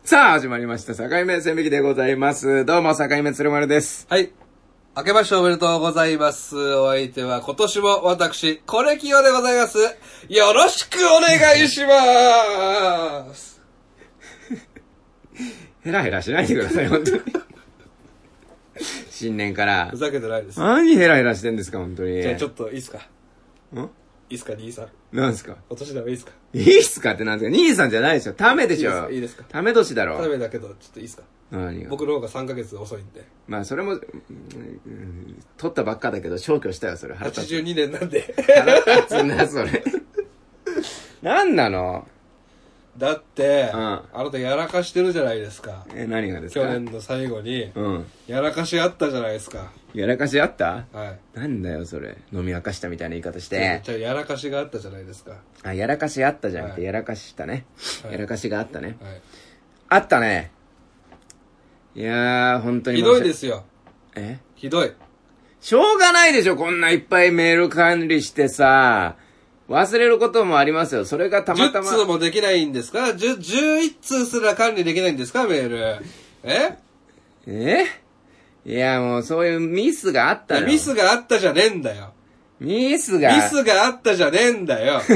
さあ、始まりました。境目線引きでございます。どうも、境目鶴丸です。 はい。明けましておめでとうございます。お相手は今年も私、コレキヨでございます。よろしくお願いします。 ヘラヘラしないでください、本当に。新年から。 ふざけてないです。 何ヘラヘラしてんですか、本当に。 じゃあちょっといいっすか。 いいっすか、兄さん。 何すか。 お年玉いいっすか。 いいっすかってなんですか。兄さんじゃないでしょ。ためでしょ。 いいですか。 ため年だろ。 ためだけど、ちょっといいっすか。 何が。 僕の方が3ヶ月遅いんで。 まあ、それも、取ったばっかだけど、消去したよ、それ。 82年なんで。 腹立つな、それ。何なの。 だって、 あなたやらかしてるじゃないですか。 何がですか。 去年の最後に、 うん。 やらかしあったじゃないですか。 やらかしあった。 はい。 なんだよ、それ。飲み明かしたみたいな言い方して。 じゃあやらかしがあったじゃないですか。 あ、やらかしあったじゃなくて、 はいやらかしたね。 はいやらかしがあったね。 はい。 あったね。いやー、本当に。 ひどいですよ。ひどい。 しょうがないでしょ、こんないっぱいメール管理してさ。忘れることもありますよ。それがたまたま。 10通もできないんですか ?11 通すら管理できないんですかメール。 いや、もうそういうミスがあったの。 ミスがあったじゃねえんだよ。 ミスがあったじゃねえんだよ。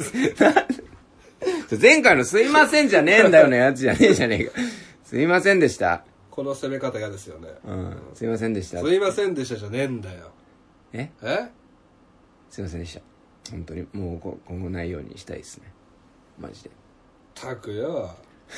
前回のすいませんじゃねえんだよのやつじゃねえじゃねえか。すいませんでした。 この攻め方嫌ですよね。 うん。すいませんでした。 すいませんでしたじゃねえんだよ。 すいませんでした。本当に、もう今後ないようにしたいですね。マジで。 たくよ。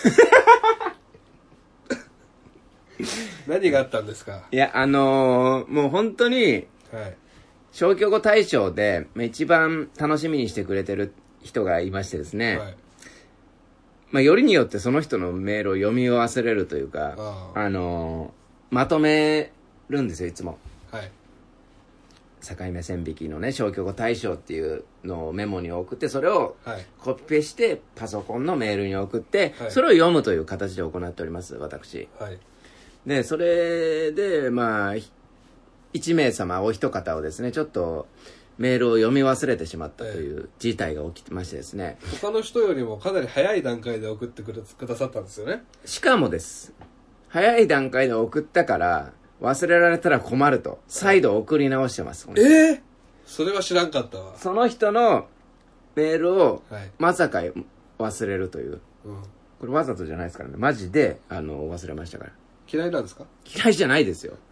何があったんですか。 いや、もう本当に、 はい。 消去後大賞で一番楽しみにしてくれてる人がいましてですね。はい。よりによってその人のメールを読み忘れるというか、まとめるんですよ、いつも。はい。境目線引きのね、消去後大賞っていうのをメモに送って、それをコピペしてパソコンのメールに送って、はい、それを読むという形で行っております、私。はい。で、それで、1名様お一方をですね、ちょっとメールを読み忘れてしまったという事態が起きてましてですね。 他の人よりもかなり早い段階で送ってくださったんですよね。 しかもです。早い段階で送ったから、忘れられたら困ると、再度送り直してます。 それは知らんかったわ。 その人のメールを、まさか忘れるという。これわざとじゃないですからね。マジで、忘れましたから。 嫌いなんですか？ 嫌いじゃないですよ。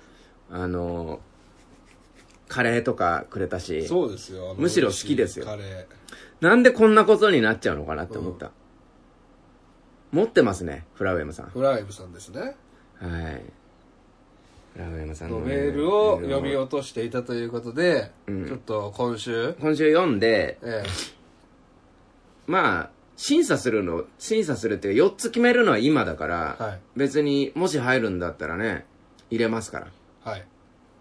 カレーとかくれたし。 そうですよ。 むしろ好きですよ。 カレー。 なんでこんなことになっちゃうのかなって思った。持ってますね、フラウエムさん。 フラウエムさんですね。 はい。フラウエムさんのメールを読み落としていたということで、ちょっと今週読んで、審査するっていうか4つ決めるのは今だから、別にもし入るんだったらね、入れますから。はい。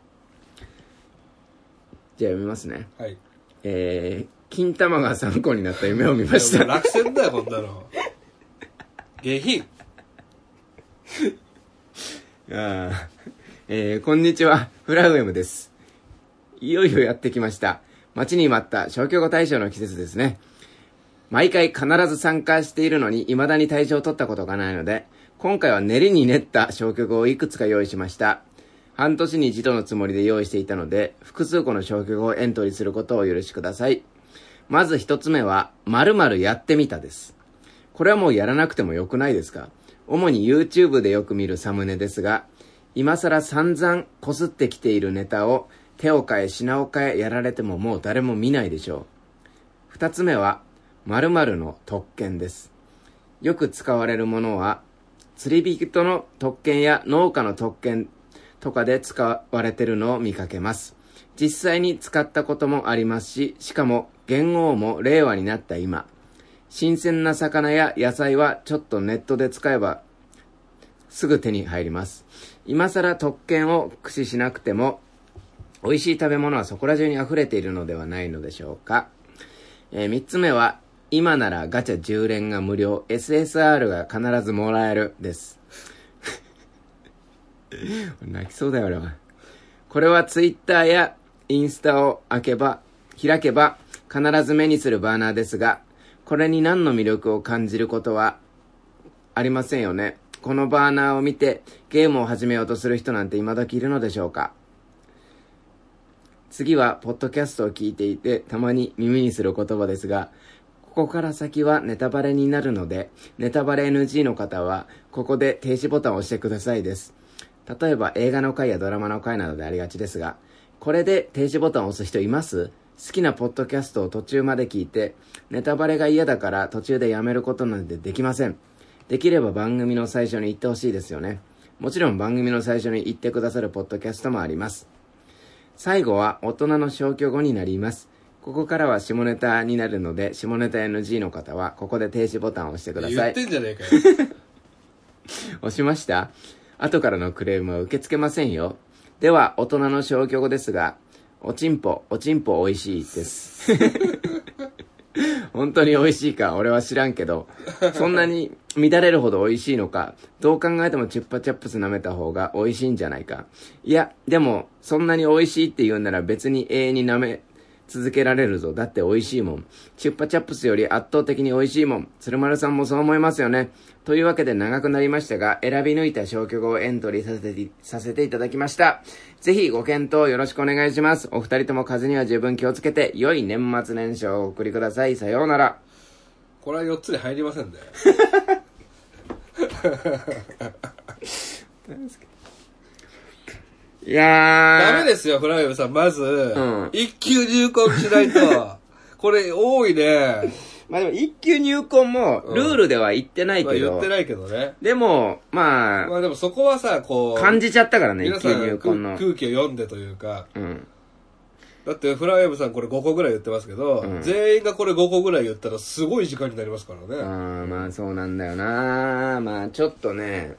じゃあ読みますね。はい。金玉が参考になった夢を見ました。 落選だよ、こんなの。下品。 こんにちは、フラウエムです。いよいよやってきました。待ちに待った消去後大賞の季節ですね。毎回必ず参加しているのに未だに大賞を取ったことがないので、今回は練りに練った消去後をいくつか用意しました。半年に一度のつもりで用意していたので、複数個の消去後をエントリーすることをお許しください。まず一つ目は、〇〇やってみたです。これはもうやらなくてもよくないですか？主に YouTube でよく見るサムネですが、今更散々こすってきているネタを手を変え品を変えやられてももう誰も見ないでしょう。二つ目は、〇〇の特権です。よく使われるものは、釣り人の特権や農家の特権とかで使われてるのを見かけます。実際に使ったこともありますし、しかも元号も令和になった今、新鮮な魚や野菜はちょっとネットで使えばすぐ手に入ります。今更特権を駆使しなくても、美味しい食べ物はそこら中に溢れているのではないのでしょうか。三つ目は、今ならガチャ10連が無料、SSR が必ずもらえるです。泣きそうだよ俺は。これは Twitter やインスタを開けば必ず目にするバーナーですが、これに何の魅力を感じることはありませんよね。 このバーナーを見てゲームを始めようとする人なんて今時いるのでしょうか。次はポッドキャストを聞いていてたまに耳にする言葉ですが、ここから先はネタバレになるので、ネタバレ NG の方はここで停止ボタンを押してくださいです。例えば映画の回やドラマの回などでありがちですが、これで停止ボタンを押す人います？好きなポッドキャストを途中まで聞いて、ネタバレが嫌だから途中でやめることなんてできません。できれば番組の最初に言ってほしいですよね。もちろん番組の最初に言ってくださるポッドキャストもあります。最後は大人の消去後になります。ここからは下ネタになるので、下ネタ NG の方はここで停止ボタンを押してください。 言ってんじゃねえかよ。 押しました？後からのクレームは受け付けませんよ。では、大人の消去後ですが、おちんぽ美味しいです。本当に美味しいか俺は知らんけど、そんなに乱れるほど美味しいのか、どう考えてもチュッパチャップス舐めた方が美味しいんじゃないか。いや、でも、そんなに美味しいって言うなら別に永遠に舐め続けられるぞ。だって美味しいもん。チュッパチャップスより圧倒的に美味しいもん。鶴丸さんもそう思いますよね。というわけで長くなりましたが、選び抜いた消去後をエントリーさせていただきました。ぜひご検討よろしくお願いします。お二人とも風邪には十分気をつけて、良い年末年始をお送りください。さようなら。 これは4つに入りませんね。 いやー。 ダメですよ、フライブさん。まず、一級入魂しないと。これ、多いね。 まあでも、一級入魂も、ルールでは言ってないけど。 言ってないけどね。 でも、まあでもそこはさ、こう。 感じちゃったからね、 一級入魂の。 空気を読んでというか。だって、フライブさんこれ5個ぐらい言ってますけど、全員がこれ5個ぐらい言ったらすごい時間になりますからね。 まあそうなんだよな。まあちょっとね、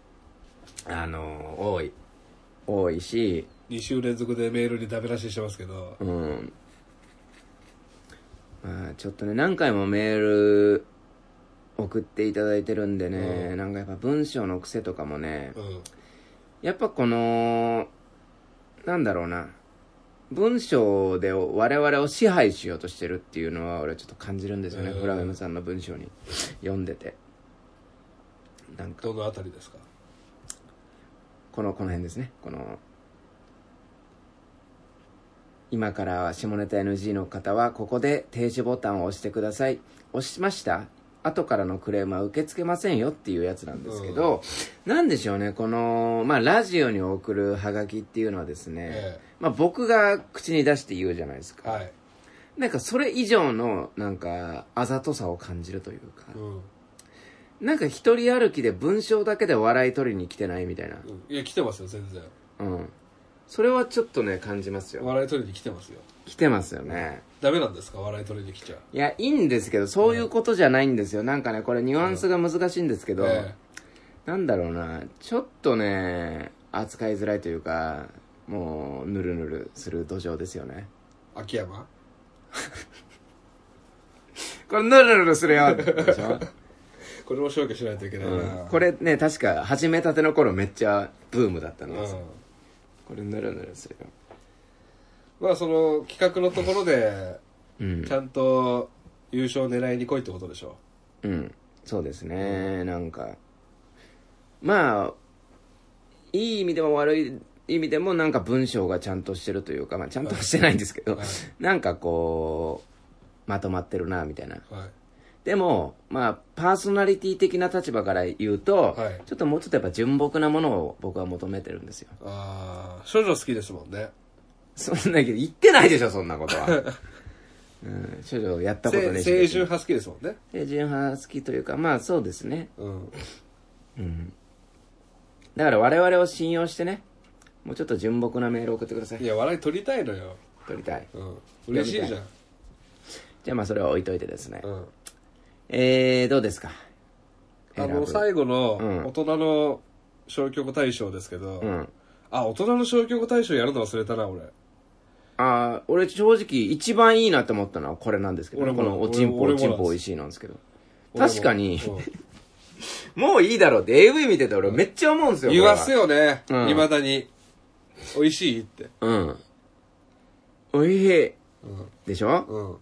多いし、 2週連続でメールにダメ出ししてますけど、 まあちょっとね、何回もメール送っていただいてるんでね、なんかやっぱ文章の癖とかもね、やっぱこのなんだろうな、文章で我々を支配しようとしてるっていうのは俺はちょっと感じるんですよね、フラメムさんの文章に読んでて。なんかどのあたりですか？ この辺ですね。今からは下ネタ NG の方はここで停止ボタンを押してください。押しました？後からのクレームは受け付けませんよっていうやつなんですけど、なんでしょうね、このラジオに送るハガキっていうのはですね、僕が口に出して言うじゃないですか、なんかそれ以上のなんかあざとさを感じるというか、なんか一人歩きで文章だけで笑い取りに来てないみたいな。 いや、来てますよ、全然。 それはちょっとね、感じますよ。 笑い取りに来てますよ。 来てますよね。 ダメなんですか、笑い取りに来ちゃう。 いや、いいんですけど、そういうことじゃないんですよ。なんかね、これニュアンスが難しいんですけど、なんだろうな、ちょっとね、扱いづらいというか、もう、ぬるぬるする土壌ですよね。 秋山これ、ぬるぬるするよでしょこれも消去しないといけないな、 これね、確か始めたての頃めっちゃブームだったんですよ、これぬるぬるするよ。 まあその企画のところでちゃんと優勝狙いに来いってことでしょ。 そうですね、なんかまあいい意味でも悪い意味でもなんか文章がちゃんとしてるというか、ちゃんとしてないんですけど、なんかこうまとまってるなみたいな、でもパーソナリティ的な立場から言うと、ちょっともうちょっとやっぱ純朴なものを僕は求めてるんですよ。 少女好きですもんね。 そんな言ってないでしょ、そんなことは。少女やったことねえし。 清純派好きですもんね。 清純派好きというか、そうですね。だから我々を信用してね、もうちょっと純朴なメールを送ってください。 いや、笑い取りたいのよ。 取りたい。 嬉しいじゃん。 じゃあそれは置いといてですね。どうですか？ 最後の大人の消去後大賞ですけど、大人の消去後大賞やるの忘れたな、俺。 俺正直一番いいなって思ったのはこれなんですけど、このおちんぽ美味しいなんですけど、確かにもういいだろうって AV 見てて俺めっちゃ思うんですよ。 言わすよね、未だに。美味しいって。 おいしいでしょ。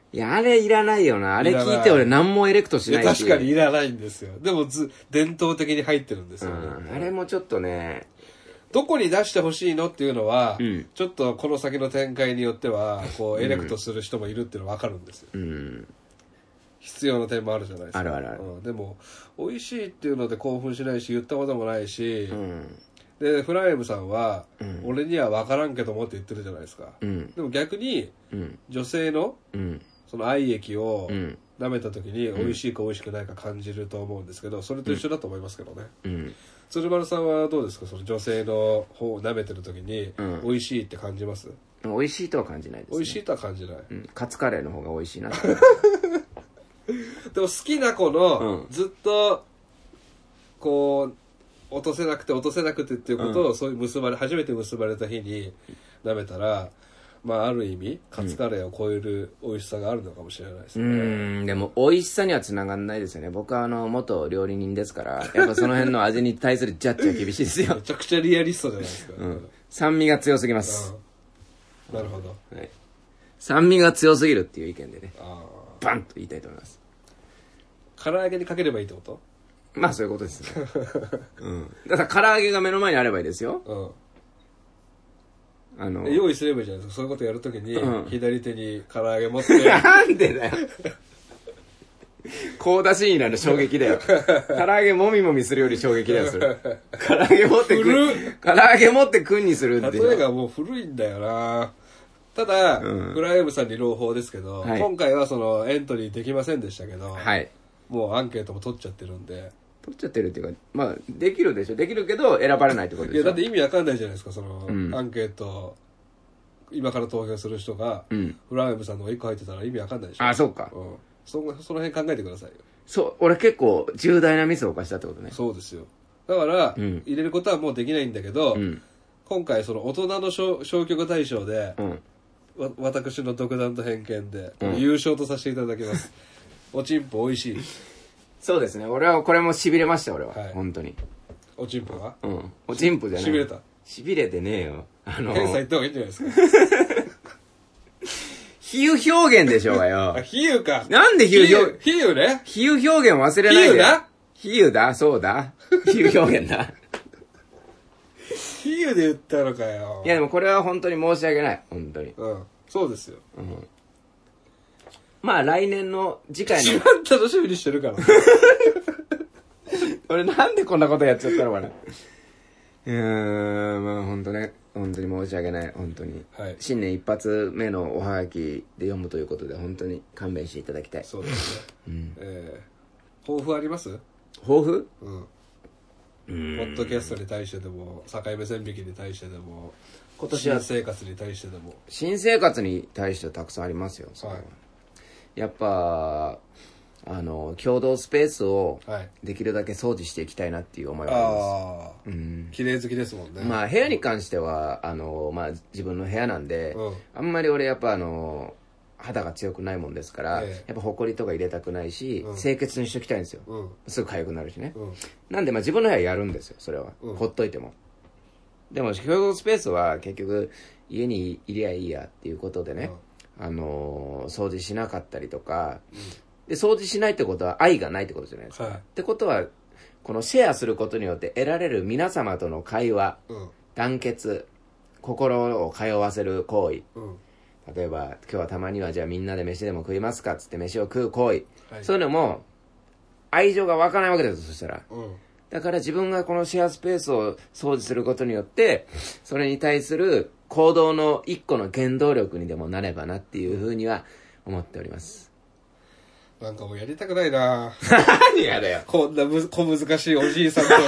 いや、あれいらないよな。あれ聞いて俺何もエレクトしないし。 確かにいらないんですよ。でも伝統的に入ってるんですよね。 あれもちょっとね、 どこに出してほしいのっていうのは、ちょっとこの先の展開によっては、こう、エレクトする人もいるっていうのは分かるんですよ。必要な点もあるじゃないですか。 あるあるある。 でも、美味しいっていうので興奮しないし、言ったこともないし、で、フライムさんは、俺には分からんけどもって言ってるじゃないですか。でも逆に、女性の、その愛液を舐めた時に美味しいか美味しくないか感じると思うんですけど、それと一緒だと思いますけどね。鶴丸さんはどうですか、その女性の方を舐めてる時に美味しいって感じます？ 美味しいとは感じないですね。 美味しいとは感じない。 カツカレーの方が美味しいな。 でも好きな子の、ずっとこう落とせなくてっていうことを、そういう初めて結ばれた日に舐めたら、まあある意味カツカレーを超える美味しさがあるのかもしれないですね。 でも美味しさにはつながんないですよね。僕は元料理人ですから、やっぱその辺の味に対するジャッジは厳しいですよ。 めちゃくちゃリアリストじゃないですか。 酸味が強すぎます。 なるほど。 はい。酸味が強すぎるっていう意見でね、バンと言いたいと思います。 唐揚げにかければいいってこと？ まあそういうことですね。だから唐揚げが目の前にあればいいですよ。 用意すればいいじゃないですか。そういうことやるときに、左手に唐揚げ持って。 なんでだよ。コーダシーンなの衝撃だよ。唐揚げもみもみするより衝撃だよ、それ。唐揚げ持ってくんにするって。 例えがもう古いんだよな。ただ、フライムさんに朗報ですけど、今回はそのエントリーできませんでしたけど、もうアンケートも取っちゃってるんで。 取っちゃってるっていうか、まあ、できるでしょ。できるけど、選ばれないってことでしょ。 いや、だって意味わかんないじゃないですか、その、アンケート、今から投票する人が、フライムさんのが1個入ってたら意味わかんないでしょ。 あ、そうか。 その辺考えてくださいよ。 そう、俺結構重大なミスを犯したってことね。 そうですよ。だから、入れることはもうできないんだけど、今回その大人の消極大賞で、私の独断と偏見で、優勝とさせていただきます。おちんぽ美味しい。 そうですね。俺はこれも痺れました、俺は。本当に。 おちんぽが？ おちんぽじゃない。 痺れた？ 痺れてねえよ。 検査行った方がいいんじゃないですか。 比喩表現でしょうがよ。 比喩か。 なんで比喩表現？ 比喩ね。 比喩表現忘れないで。 比喩だ？ 比喩だ、そうだ。比喩表現だ。 比喩で言ったのかよ。 いやでもこれは本当に申し訳ない。本当に。 そうですよ。 まあ来年の次回の。 一番楽しみにしてるから。 俺なんでこんなことやっちゃったのかな。まあ本当ね、本当に申し訳ない、本当に。新年一発目のおはがきで読むということで、本当に勘弁していただきたい。 そうですね。抱負あります？ 抱負？ ポッドキャストに対してでも、境目線引きに対してでも、 今年は新生活に対してでも。 新生活に対してはたくさんありますよ。やっぱ共同スペースをできるだけ掃除していきたいなっていう思いはあります。 綺麗好きですもんね。 まあ部屋に関してはまあ自分の部屋なんで、あんまり俺やっぱ肌が強くないもんですから、やっぱホコリとか入れたくないし、清潔にしときたいんですよ。すぐ痒くなるしね。なんでまあ自分の部屋やるんですよ、それは。ほっといても。でも共同スペースは結局家にいりゃいいやっていうことでね、掃除しなかったりとか、で掃除しないってことは愛がないってことじゃないですか。ってことはこのシェアすることによって得られる皆様との会話、団結、心を通わせる行為、例えば今日はたまにはじゃあみんなで飯でも食いますかっつって飯を食う行為、そういうのも愛情が湧かないわけですよ、そしたら。だから自分がこのシェアスペースを掃除することによってそれに対する行動の一個の原動力にでもなればなっていうふうには思っております。 なんかもうやりたくないな。 何やだよ。 こんな小難しいおじいさんと。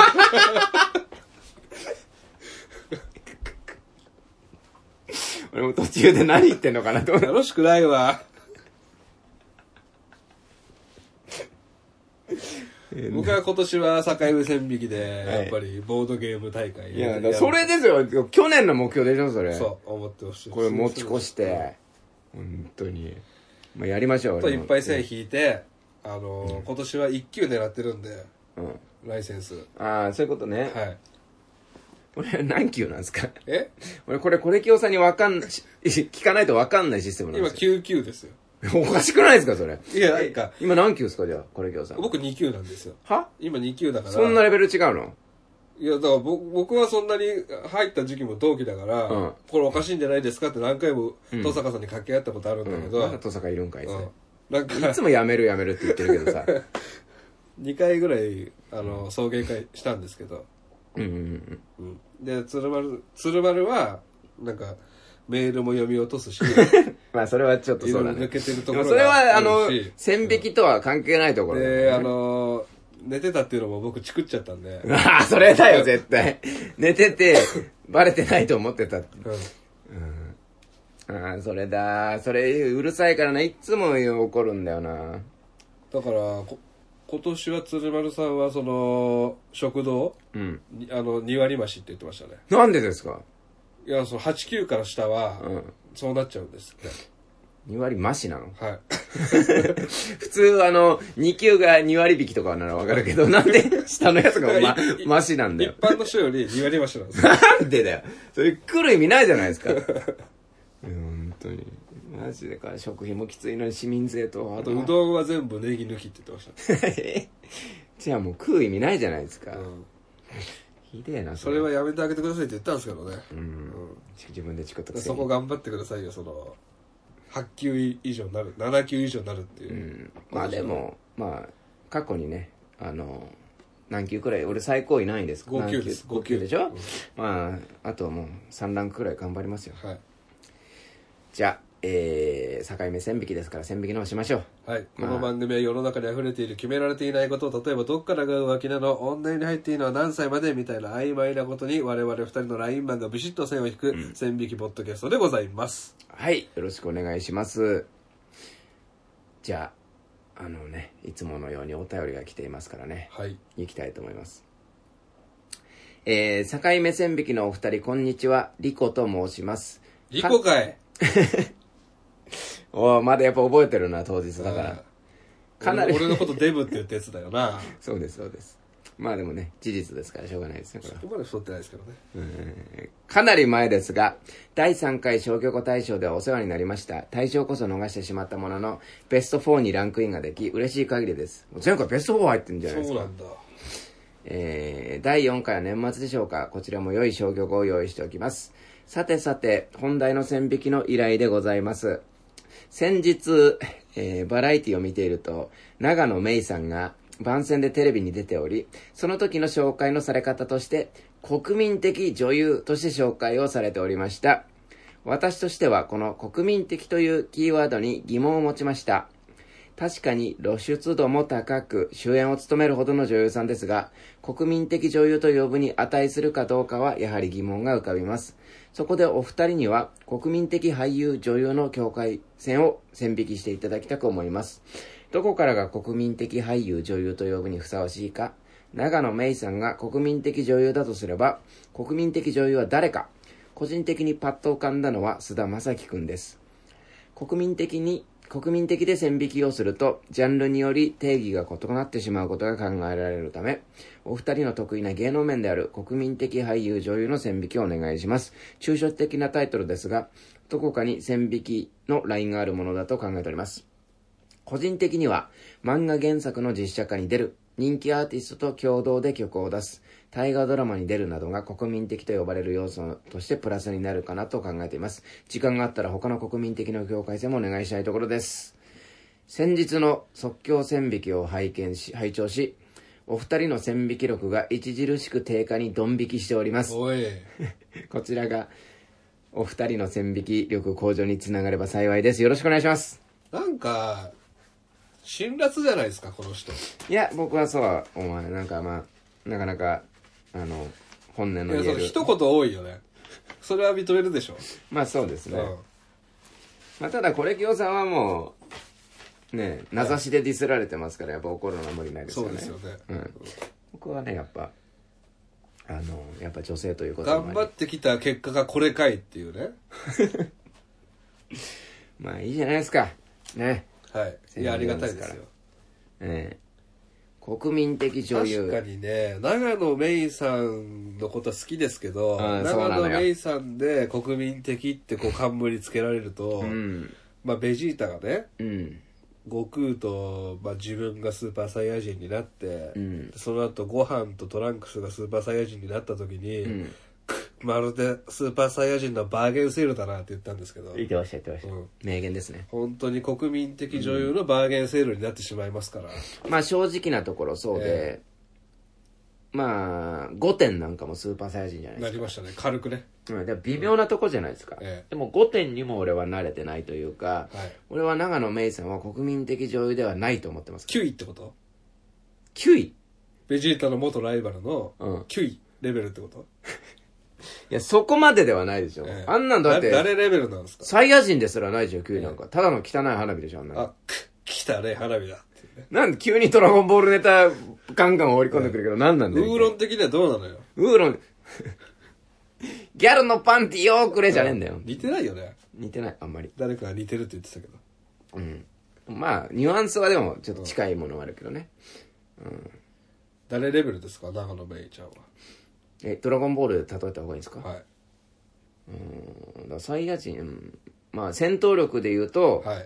俺も途中で何言ってんのかなと思って。 楽しくないわ。僕は今年は境目線引きで、やっぱりボードゲーム大会。 いや、それですよ。去年の目標でしょ、それ。 そう、思ってほしい。 これ持ち越して、本当に。まあ、やりましょう。 といっぱい線引いて、今年は1級狙ってるんで、ライセンス。 ああ、そういうことね。はい。俺何級なんですか？俺これコレキオさんに聞かないと分かんないシステムなんですよ。 今9級ですよ。 おかしくないですか、それ。 いや、なんか。 今何級ですか、じゃあ、これ今日さん。 僕2級なんですよ。 は今2級だから。 そんなレベル違うの？ いや、だから僕はそんなに入った時期も同期だから、これおかしいんじゃないですかって何回も登坂さんに掛け合ったことあるんだけど。 まだ登坂いるんかい、 なんかいつもやめるって言ってるけどさ。 2回ぐらい、送迎会したんですけど。で、鶴丸は、なんか、メールも読み落とすし。 まあ、それはちょっとそうだね。 抜けてるところがそれは、線引きとは関係ないところだね。 で、寝てたっていうのも僕チクっちゃったんで。 ああ、それだよ、絶対。寝てて、バレてないと思ってた。ああ、それだ。それ、うるさいからな、いつも怒るんだよな。 だから、今年は鶴丸さんは、食堂、2割増しって言ってましたね。 なんでですか？ いや、8、9から下は、そうなっちゃうんですって。 2割増しなの？ はい。 普通2級が2割引きとかならわかるけど、なんで下のやつが増しなんだよ。 一般の人より2割増しなんですよ。 なんでだよ。それ来る意味ないじゃないですか。本当に。マジでか、食費もきついのに市民税と。 あと、うどんは全部ネギ抜きって言ってました。 じゃあもう食う意味ないじゃないですか。ひでえな、 それはやめてあげてくださいって言ったんですけどね。 自分でチクッとそこ頑張ってくださいよ、8級以上になる、7級以上になるっていう。 まあでも、過去にね、何級くらい、俺最高位ないんです。 5級です。 5級でしょ？まあ、あとはもう3ランクくらい頑張りますよ。 はい。 じゃあ、境目線引きですから線引きの方しましょう。はい。この番組は世の中に溢れている決められていないことを、例えばどっからが浮気なの、女に入っていいのは何歳までみたいな曖昧なことに我々2人のラインマンがビシッと線を引く線引きポッドキャストでございます。 はい。よろしくお願いします。じゃあ、いつものようにお便りが来ていますからね。 はい。 行きたいと思います。境目線引きのお二人、こんにちは。リコと申します。 リコかいまだやっぱ覚えてるな、当日だから。 かなり俺のことデブって言ったやつだよな。 そうです、そうです。まあでもね、事実ですからしょうがないですね、これは。 そこまで太ってないですけどね。 かなり前ですが、第3回小京子大賞ではお世話になりました。大賞こそ逃してしまったものの、ベスト4にランクインができ、嬉しい限りです。前回ベスト4入ってるんじゃないですか。 そうなんだ。 第4回は年末でしょうか。こちらも良い小京子を用意しておきます。さてさて、本題の線引きの依頼でございます。先日、バラエティを見ていると、永野芽郁さんが番宣でテレビに出ており、その時の紹介のされ方として、国民的女優として紹介をされておりました。私としてはこの国民的というキーワードに疑問を持ちました。確かに露出度も高く主演を務めるほどの女優さんですが、国民的女優と呼ぶに値するかどうかはやはり疑問が浮かびます。そこでお二人には国民的俳優女優の境界線を線引きしていただきたく思います。どこからが国民的俳優女優と呼ぶにふさわしいか。永野芽郁さんが国民的女優だとすれば、国民的女優は誰か。個人的にパッと浮かんだのは菅田将暉くんです。国民的で線引きをすると、ジャンルにより定義が異なってしまうことが考えられるため、お二人の得意な芸能面である国民的俳優女優の線引きをお願いします。抽象的なタイトルですが、どこかに線引きのラインがあるものだと考えております。個人的には、漫画原作の実写化に出る、人気アーティストと共同で曲を出す、大河ドラマに出るなどが国民的と呼ばれる要素としてプラスになるかなと考えています。時間があったら他の国民的の境界線もお願いしたいところです。先日の即興線引きを拝聴し、お二人の線引き力が著しく低下にドン引きしております。 おいこちらがお二人の線引き力向上につながれば幸いです。よろしくお願いします。 なんか辛辣じゃないですか、この人。 いや、僕はそうは思わない。なかなか本音の言える。 一言多いよね。それは認めるでしょ。 まあそうですね。まあただこれ清さんはもうね、名指しでディスられてますから、やっぱ怒るのは無理ないですよね。 そうですよね。 僕はね、やっぱやっぱ女性ということ頑張ってきた結果がこれかいっていうね。 まあいいじゃないですか。ね。 はい。いや、ありがたいですよ。 国民的女優。 確かにね、永野芽郁さんのことは好きですけど、永野芽郁さんで国民的ってこう冠つけられると、 まあベジータがね、 うん。 悟空と、まあ、自分がスーパーサイヤ人になって、 うん。 その後ご飯とトランクスがスーパーサイヤ人になった時に、 うん。 まるでスーパーサイヤ人のバーゲンセールだなって言ったんですけど、 言ってました、言ってました。 うん名言ですね。 本当に国民的女優のバーゲンセールになってしまいますから、 まあ正直なところそうで、まあ、5点なんかもスーパーサイヤ人じゃないですか。 なりましたね、軽くね。 うん、でも微妙なとこじゃないですか。でも5点にも俺は慣れてないというか、 はい、 俺は長野めいさんは国民的女優ではないと思ってます。 9位ってこと ?9 位ベジータの元ライバルの9位レベルってこと、 いや、そこまでではないでしょ。あんなんだって、 誰レベルなんですか？ サイヤ人ですらないでしょ、9位なんか。ただの汚い花火でしょ、あんなの。 汚い花火だっていうね。 なんで急にドラゴンボールネタガンガン放り込んでくるけど、なんなんだよ。 ウーロン的にはどうなのよ。 ウーロン、ギャルのパンティよーくれじゃねえんだよ。 似てないよね。 似てない、あんまり。 誰かが似てるって言ってたけど。 うん。まあ、ニュアンスはでもちょっと近いものはあるけどね。うん。 誰レベルですか、長野めいちゃんは。 ドラゴンボールで例えた方がいいんですか？ はい。 だからサイヤ人、まあ戦闘力で言うと、 はい。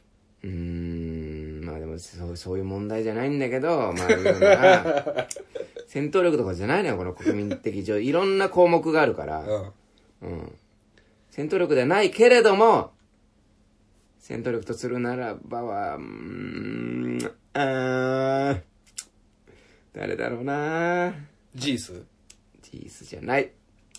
まあでもそういう問題じゃないんだけど、まあ、戦闘力とかじゃないのよ、この国民的上。いろんな項目があるから、うん。戦闘力ではないけれども、戦闘力とするならばは、誰だろうな。 ジースジースじゃない。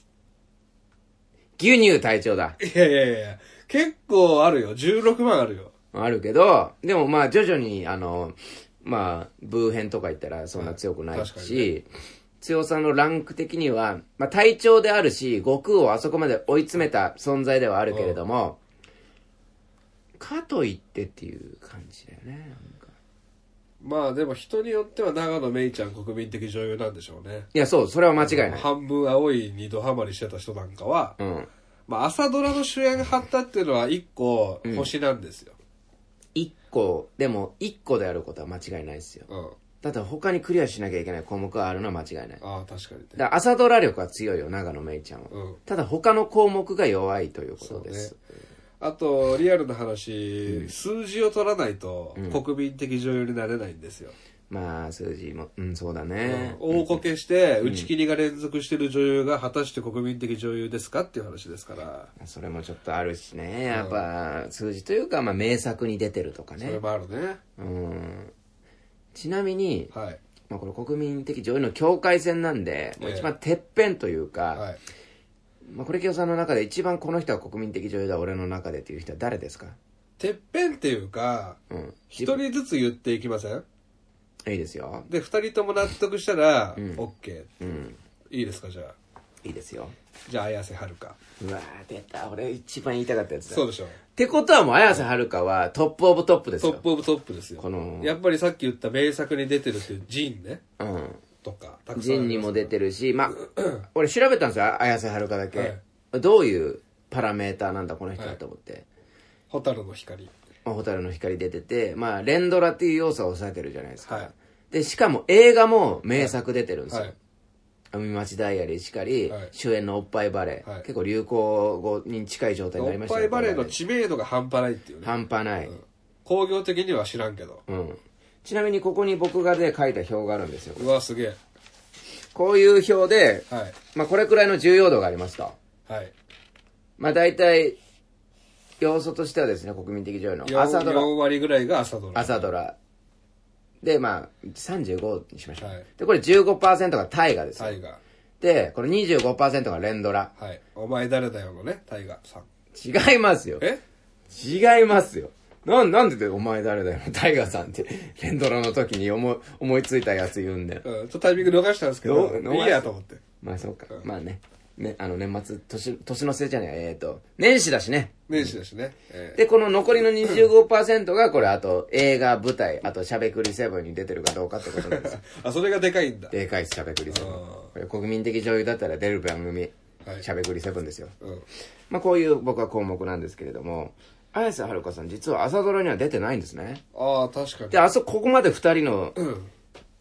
牛乳隊長だ。 いやいやいや、結構あるよ。16万あるよ。 あるけど、でもまあ徐々にまあブー編とか言ったらそんな強くないし、ね、強さのランク的には、まあ隊長であるし、悟空をあそこまで追い詰めた存在ではあるけれども、かといってっていう感じだよね。なんかまあでも人によっては長野めいちゃん国民的女優なんでしょうね。 いや、そう、それは間違いない。 半分青いにドハマりしてた人なんかは、うん、まあ朝ドラの主演張ったっていうのは一個星なんですよ。 一個、でも一個であることは間違いないですよ。うん。だって他にクリアしなきゃいけない項目があるのは間違いない。 ああ、確かに、ね。 だから朝ドラ力は強いよ、長野めいちゃんは。うん。ただ他の項目が弱いということです。 そうね。あと、リアルな話、数字を取らないと国民的女優になれないんですよ。 まあ、数字も、そうだね。 大こけして、打ち切りが連続してる女優が果たして国民的女優ですかっていう話ですから。 それもちょっとあるしね。やっぱ、数字というか、まあ、名作に出てるとかね。 それもあるね。 ちなみに、はい。まあ、これ国民的女優の境界線なんで、もう一番てっぺんというか、はい。まあ、これきょうさんの中で一番この人は国民的女優だ、俺の中でっていう人は誰ですか？ てっぺんっていうか、一人ずつ言っていきません？ いいですよ。 で、二人とも納得したら、OK。いいですか、じゃあ。 いいですよ。 じゃあ、綾瀬はるか。 うわー、出た。俺一番言いたかったやつだ。 そうでしょ。 ってことはもう綾瀬はるかはトップオブトップですよ。 トップオブトップですよ。やっぱりさっき言った名作に出てるっていうジンね。とか、たくさん。 ジンにも出てるし、まあ、俺調べたんですよ、綾瀬はるかだけ。どういうパラメーターなんだ、この人だと思って。 蛍の光。 蛍の光出てて、まあ、連ドラっていう要素を抑えてるじゃないですか。で、しかも映画も名作出てるんですよ。海町ダイアリーしかり、主演のおっぱいバレー、結構流行語に近い状態になりましたね。 おっぱいバレーの知名度が半端ないっていうね。 半端ない。 工業的には知らんけど。 ちなみにここに僕がね、書いた表があるんですよ。 うわ、すげえ。 こういう表で、まあこれくらいの重要度がありますと。まあ大体、要素としてはですね、国民的女優の朝ドラ。 4割ぐらいが朝ドラ。 朝ドラ。で、まあ、35にしましょう。で、これ 15% が大河ですよ。大河。で、これ 25% が連ドラ。 はい。お前誰だよのね、大河さん。 違いますよ。違いますよ。なんでお前誰だよの大河さんって、連ドラの時に思いついたやつ言うんだよ。 ちょっとタイミング逃したんですけど、いいやと思って。 まあそうか。まあね。ね、年末、年の瀬じゃねえ、年始だしね。 年始だしね。 で、この残りの 25% が、これ、あと、映画、舞台、あと、しゃべくり7に出てるかどうかってことなんですよ。 あ、それがでかいんだ。 でかいです、しゃべくり7。これ、国民的女優だったら出る番組、しゃべくり7ですよ。まあ、こういう僕は項目なんですけれども、綾瀬はるかさん、実は朝ドラには出てないんですね。 ああ、確かに。 で、ここまで2人の、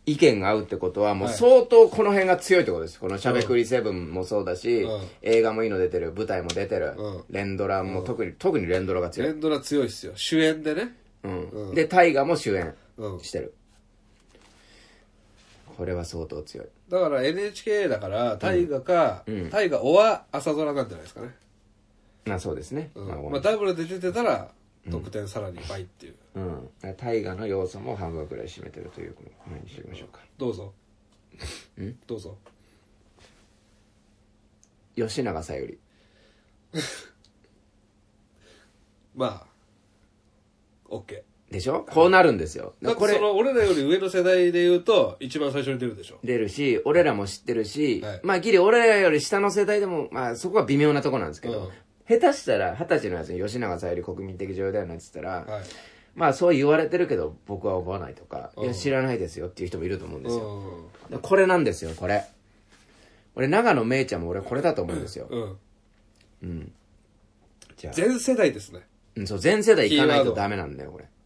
意見が合うってことは、もう相当この辺が強いってことです。このしゃべくり7もそうだし、映画もいいの出てる、舞台も出てる、連ドラも特に連ドラが強い。 連ドラ強いっすよ。主演でね。 で、大河も主演してる。これは相当強い。 だから NHK だから、大河か、大河おは朝ドラなんじゃないですかね。 まあそうですね。 まあダブルで出てたら、得点さらに倍っていう。 大河の要素も半分くらい占めてるというふうにしておきましょうか。 どうぞ。どうぞ。 吉永小百合。 まあ、OK。 でしょ？こうなるんですよ。 だってその俺らより上の世代で言うと一番最初に出るでしょ。 出るし、俺らも知ってるし、まあギリ俺らより下の世代でも、まあそこは微妙なとこなんですけど、下手したら20歳のやつに吉永小百合国民的女優だよなって言ったら、まあそう言われてるけど僕は思わないとか、いや知らないですよっていう人もいると思うんですよ。これなんですよ、これ。俺長野めいちゃんも俺これだと思うんですよ。 じゃあ全世代ですね。 そう、全世代行かないとダメなんだよ、これ。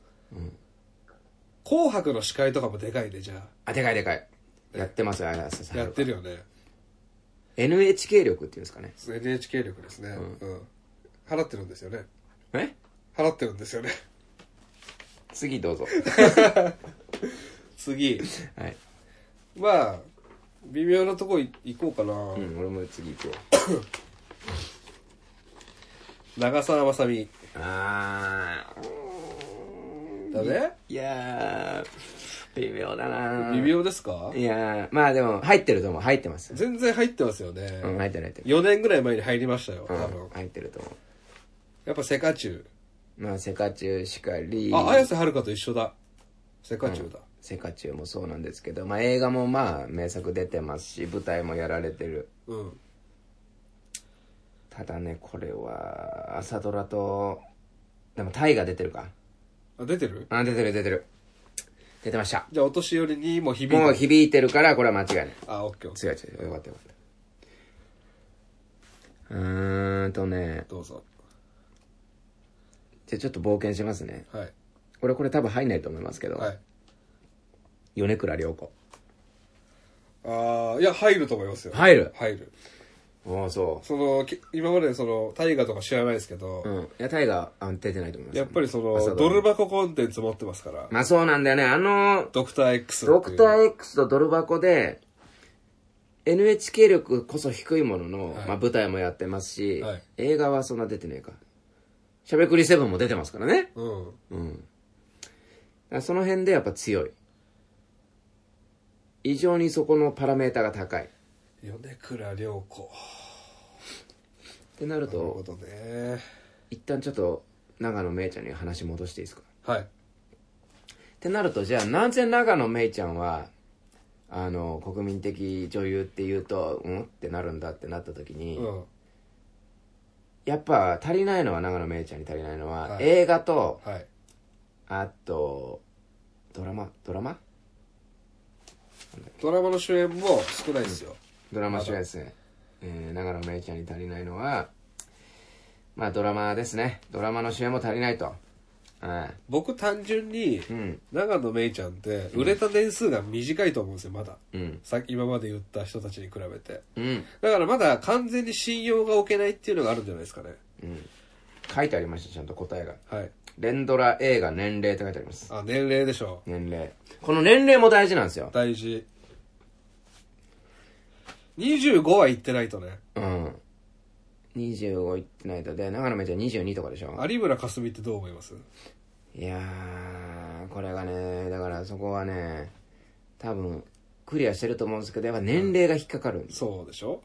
紅白の司会とかもでかいね、じゃあ。 でかいでかい。やってますよ、 やってるよね。 NHK 力っていうんですかね。 NHK 力ですね。払ってるんですよね。 え？ 払ってるんですよね。 次どうぞ。 次。 はい。 まあ、微妙なとこ行こうかな。 俺も次行こう。長澤まさみ。だね。 いやー、微妙だな。 微妙ですか？ いやー、まあでも入ってると思う。入ってます。 全然入ってますよね。 入ってる。 4年ぐらい前に入りましたよ、多分。 入ってると思う。 やっぱセカチュウ。 まあセカチュウしかり。 綾瀬はるかと一緒だ。セカチュウだ。 セカチュウもそうなんですけど、まあ映画もまあ名作出てますし、舞台もやられてる。ただね、これは朝ドラと、でもタイが出てるか。 出てる？ 出てる。出てました。 じゃあお年寄りにも響いてる。 もう響いてるからこれは間違いない。 オッケー。 違う。よかった。 どうぞ。 じゃあちょっと冒険しますね。 はい。 これ多分入んないと思いますけど。米倉涼子。 いや、入ると思いますよ。 入る。 そう。今まで大河とか知らないですけど。 いや、大河出てないと思います。 やっぱりドル箱コンテンツ持ってますから。 まあそうなんだよね。 ドクター X。 ドクター X とドル箱で、NHK 力こそ低いものの、まあ舞台もやってますし、映画はそんな出てねえか。しゃべくり7も出てますからね。その辺でやっぱ強い。異常にそこのパラメータが高い。 米倉涼子。 ってなると、 なるほどね。 一旦ちょっと長野めいちゃんに話戻していいですか？ はい。 ってなると、じゃあなぜ長野めいちゃんは、国民的女優って言うと、ってなるんだってなった時に、やっぱ足りないのは、長野めいちゃんに足りないのは、映画と、あと、ドラマの主演も少ないですよ。 ドラマ主演ですね。長野めいちゃんに足りないのは、まあドラマですね。ドラマの主演も足りないと。 僕単純に、長野めいちゃんって売れた年数が短いと思うんですよ、まだ。今まで言った人たちに比べて。だからまだ完全に信用が置けないっていうのがあるんじゃないですかね。 書いてありました、ちゃんと答えが。連ドラ映画年齢って書いてあります。 年齢でしょ。 年齢。この年齢も大事なんですよ。 大事。25は行ってないとね。 25いってないと。で、長野めいちゃん22とかでしょ。 有村架純ってどう思います？ いやー、これがね、だからそこはね、多分、クリアしてると思うんですけど、やっぱ年齢が引っかかる。 そうでしょ？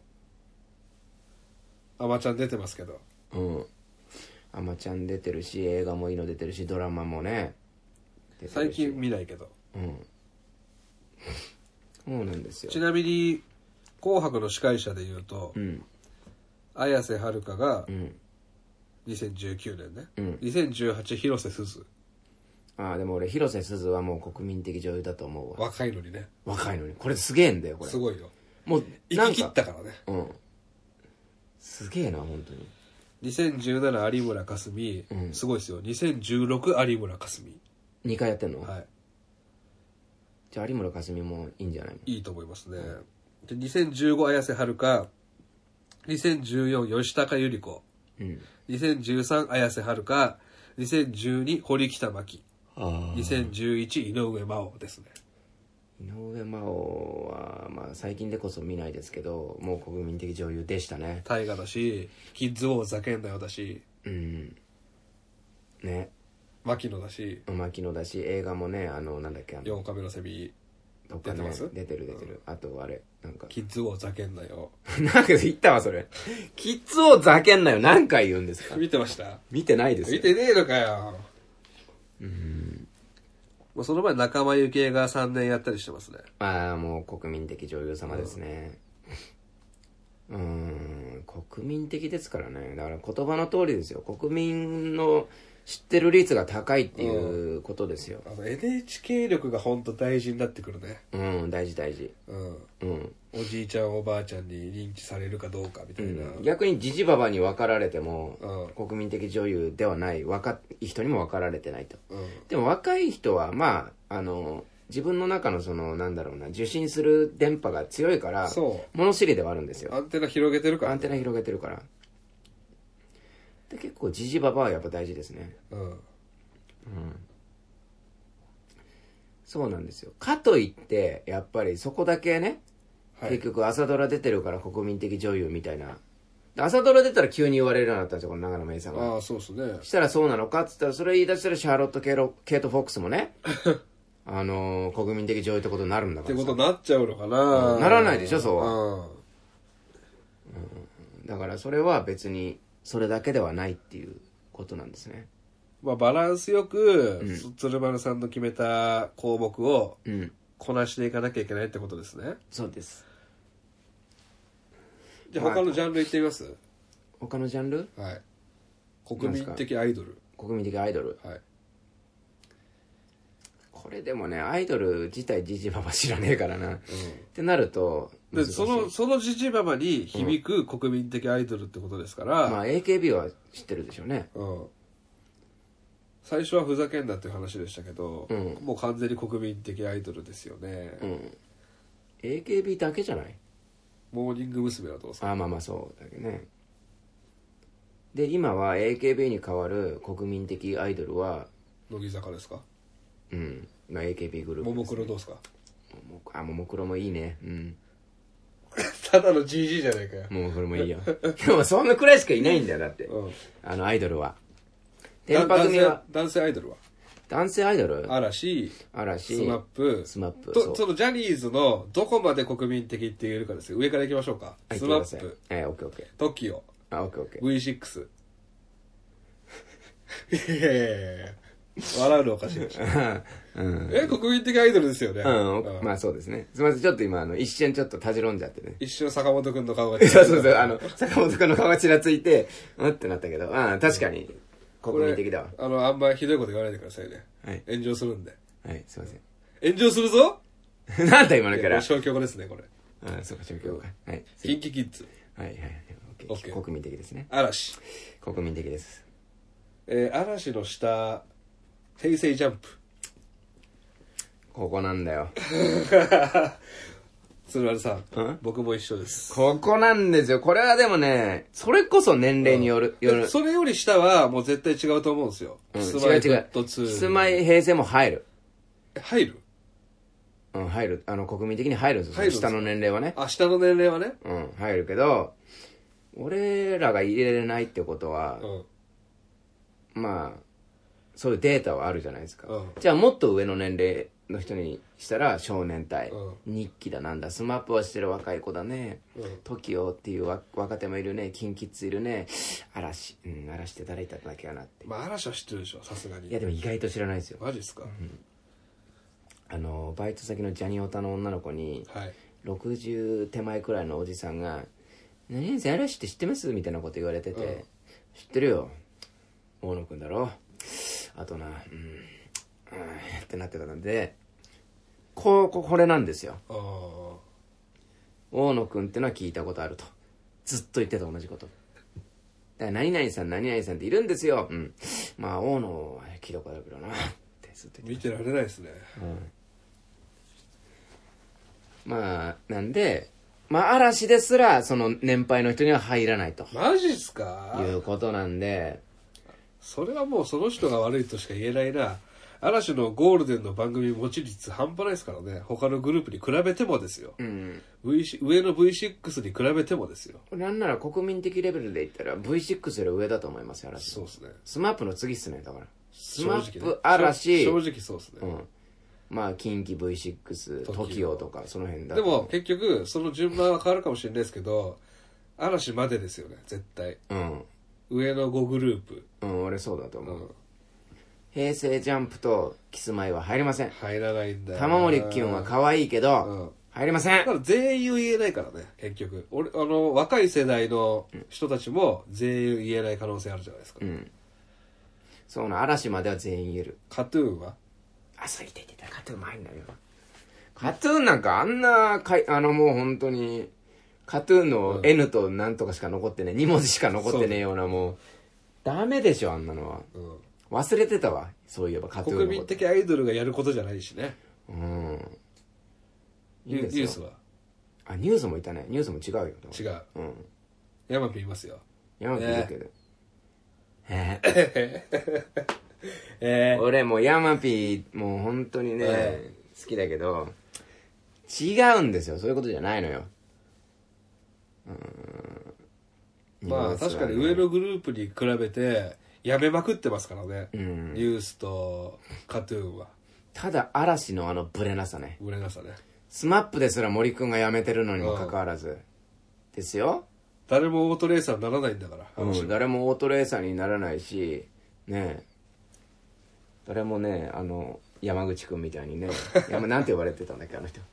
あまちゃん出てますけど。 あまちゃん出てるし、映画もいいの出てるし、ドラマもね。 最近見ないけど。 そうなんですよ。 ちなみに、紅白の司会者で言うと、綾瀬はるかが、2019年ね。2018、広瀬すず。 でも俺、広瀬すずはもう国民的女優だと思うわ。 若いのにね。 若いのに。これすげえんだよ、これ。 すごいよ。 もう、 生き切ったからね。 すげえな、本当に。 2017、有村架純。すごいですよ。2016、有村架純。 2回やってんの？ じゃあ有村架純もいいんじゃないの？ いいと思いますね。で、2015綾瀬はるか、2014吉高由里子、2013綾瀬はるか、2012堀北真希、2011井上真央ですね。 井上真央は、まあ最近でこそ見ないですけど、もう国民的女優でしたね。 大河だし、キッズ王ざけんなよだし、 ね。 牧野だし、 映画もね、なんだっけ、 4カメのセミ、 どっかね、出てる。あとあれ、なんか。 キッズ王ざけんなよ。 なんか言ったわ、それ。キッズ王ざけんなよ、何回言うんですか？ 見てました？ 見てないですよ。 見てねえのかよ。もうその前仲間由紀恵が3年やったりしてますね。 ああ、もう国民的女優様ですね。国民的ですからね。だから言葉の通りですよ。国民の知ってる率が高いっていうことですよ。 NHK 力が本当大事になってくるね。 大事。 おじいちゃんおばあちゃんに認知されるかどうかみたいな。 逆にジジババに分かられても、国民的女優ではない若い人にも分かられてないと。でも若い人はまあ自分の中のそのなんだろうな、受信する電波が強いから物知りではあるんですよ。 アンテナ広げてるから、 アンテナ広げてるから。で結構ジジババはやっぱ大事ですね。そうなんですよ。かといってやっぱりそこだけね、結局朝ドラ出てるから国民的女優みたいな。朝ドラ出たら急に言われるようになったんですよ、この長野芽郁さんが。 そうですね。 したらそうなのかっつったら、それ言い出したらシャーロット・ケイト・フォックスもね国民的女優ってことになるんだからってことになっちゃうのかな。 ならないでしょ、そうは。だからそれは別にそれだけではないっていうことなんですね。 まあバランスよく、鶴丸さんの決めた項目をこなしていかなきゃいけないってことですね。 そうです。 じゃあ他のジャンルいってみます？ 他のジャンル？ はい。国民的アイドル。 国民的アイドル。 はい。 これでもね、アイドル自体ジジババ知らねえからな。ってなるとで、そのジジババに響く国民的アイドルってことですから。 まあ AKB は知ってるでしょうね。 最初はふざけんなっていう話でしたけど、もう完全に国民的アイドルですよね。 AKB だけじゃない？ モーニング娘。はどうですか？ まあそうだけどね。で今は AKB に代わる国民的アイドルは乃木坂ですか？ まあ AKB グループです、ね。 ももクロどうですか？ ももクロもいいね。 ただの GG じゃないかよ。 ももクロもいいよ。でもそんなくらいしかいないんだよ、だって。アイドルは。電波組は男性アイドルは男性アイドル嵐、 スマップと、そのジャニーズのどこまで国民的って言えるかですよ。上から行きましょうか。スマップ、 オッケー。 TOKIO、V6。いや笑うのおかしいでしょ。国民的アイドルですよね。 まあそうですね。すみません、ちょっと今一瞬ちょっとたじろんじゃってね。 一瞬坂本くんの顔がそう坂本くんの顔がちらついてってなったけど、確かに国民的だわ。 あんまひどいこと言わないでくださいね。 はい。 炎上するんで。 はい、すいません。 炎上するぞ。 なんだ今のキャラ。 消去語ですね、これ。 そうか、消去語か。はい。 キンキキッズ。 はい。オッケー。国民的ですね。 嵐。 国民的です。 嵐の下、平成ジャンプ。 ここなんだよ。 鶴丸さん、僕も一緒です。 ここなんですよ。これはでもね、それこそ年齢による。 それより下はもう絶対違うと思うんですよ。 違う。キスマイ平成も入る。 入る？ 入る。国民的に入るんですよ。下の年齢はね。 下の年齢はね。 入るけど、俺らが入れれないってことは、まあ、そういうデータはあるじゃないですか。じゃあもっと上の年齢の人にしたら少年隊、日記だなんだ、スマップはしてる若い子だね、TOKIO っていう若手もいるね、キンキッズいるね、嵐って誰いたんだっけかなって。 まあ嵐は知ってるでしょ、さすがに。 いやでも意外と知らないですよ。 マジっすか？ バイト先のジャニオタの女の子に、60手前くらいのおじさんが「何々さん嵐って知ってます？」みたいなこと言われてて「知ってるよ、大野くんだろ、あとなってなってたので、これなんですよ。大野くんってのは聞いたことあるとずっと言ってた、同じこと。だから何々さんっているんですよ。まあ大野は聞いたことあるけどなってずっと言って見てられないですね。 まあ、なんで、まあ、嵐ですら、その年配の人には入らないと。 マジっすか？ いうことなんで。 それはもうその人が悪いとしか言えないな。嵐のゴールデンの番組持ち率半端ないですからね。他のグループに比べてもですよ。 うん。 上の V6 に比べてもですよ。 なんなら国民的レベルで言ったら V6 より上だと思いますよ、嵐。 そうですね。 スマップの次っすね、だから。ス正直ね、 マップ、嵐。 正直そうですね。 うん。まあ、近畿 V6、TOKIO とか、その辺だでも、結局、その順番は変わるかもしれないですけど、嵐までですよね、絶対。 うん。 上の5グループ。 うん、俺そうだと思う。平成ジャンプとキスマイは入りません。 入らないんだよ。 玉森キュンは可愛いけど、入りません。 だから全員言えないからね、結局。若い世代の人たちも全員言えない可能性あるじゃないですか。 うん。そうな、嵐までは全員言える。 カトゥーンは？ あ、そう言ってた。カトゥーンも入んないよ。カトゥーンなんかあんな、もう本当に、カトゥーンの N となんとかしか残ってね、2文字しか残ってねえような、もう、ダメでしょ、あんなのは。忘れてたわ、そういえばカトゥーンの。 国民的アイドルがやることじゃないしね。 うん。 ニュースは？ あ、ニュースもいたね。ニュースも違うよ。 違う。 うん。 ヤマピーいますよ。 ヤマピーいるけど。俺もうヤマピー、もう本当にね、好きだけど、違うんですよ。そういうことじゃないのよ。 まあ確かに上のグループに比べて、やめまくってますからね。ニュースとカトゥーンは。 ただ嵐のブレなさね。 ブレなさね。 スマップですら森くんが辞めてるのにもかかわらず。ですよ。 誰もオートレーサーにならないんだから。 誰もオートレーサーにならないし、ねえ。誰もね、山口くんみたいにね。なんて呼ばれてたんだっけ、あの人。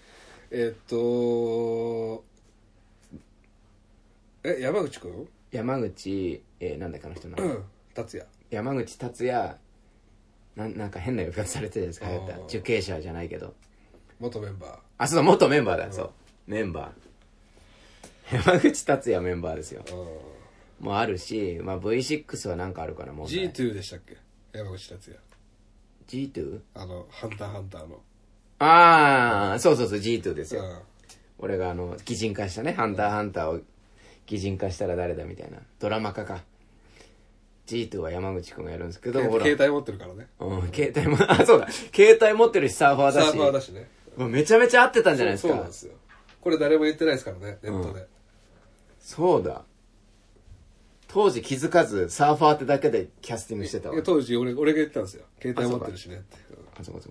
山口くん？ 山口、なんだっけ、あの人な。 達也。 山口達也、なんか変な呼び方されてるんですか、受刑者じゃないけど。 元メンバー。 あ、そうだ、元メンバーだ、そう。メンバー。山口達也メンバーですよ。もあるし、まあ V6 はなんかあるからもう。 G2 でしたっけ？山口達也。 G2？ ハンターハンターの。 ああ、そうそうそう、G2 ですよ。俺が擬人化したね、ハンターハンターを擬人化したら誰だみたいな。ドラマ化か。G2 は山口くんがやるんですけど、 携帯持ってるからね。 携帯も、あ、そうだ。携帯持ってるし、サーファーだし。 サーファーだしね。 めちゃめちゃ合ってたんじゃないですか。 そうなんですよ。これ誰も言ってないですからね、ネットで。 そうだ。当時気づかず、サーファーってだけでキャスティングしてたわ。 当時俺が言ってたんですよ。携帯持ってるしねって。 あ、そうか。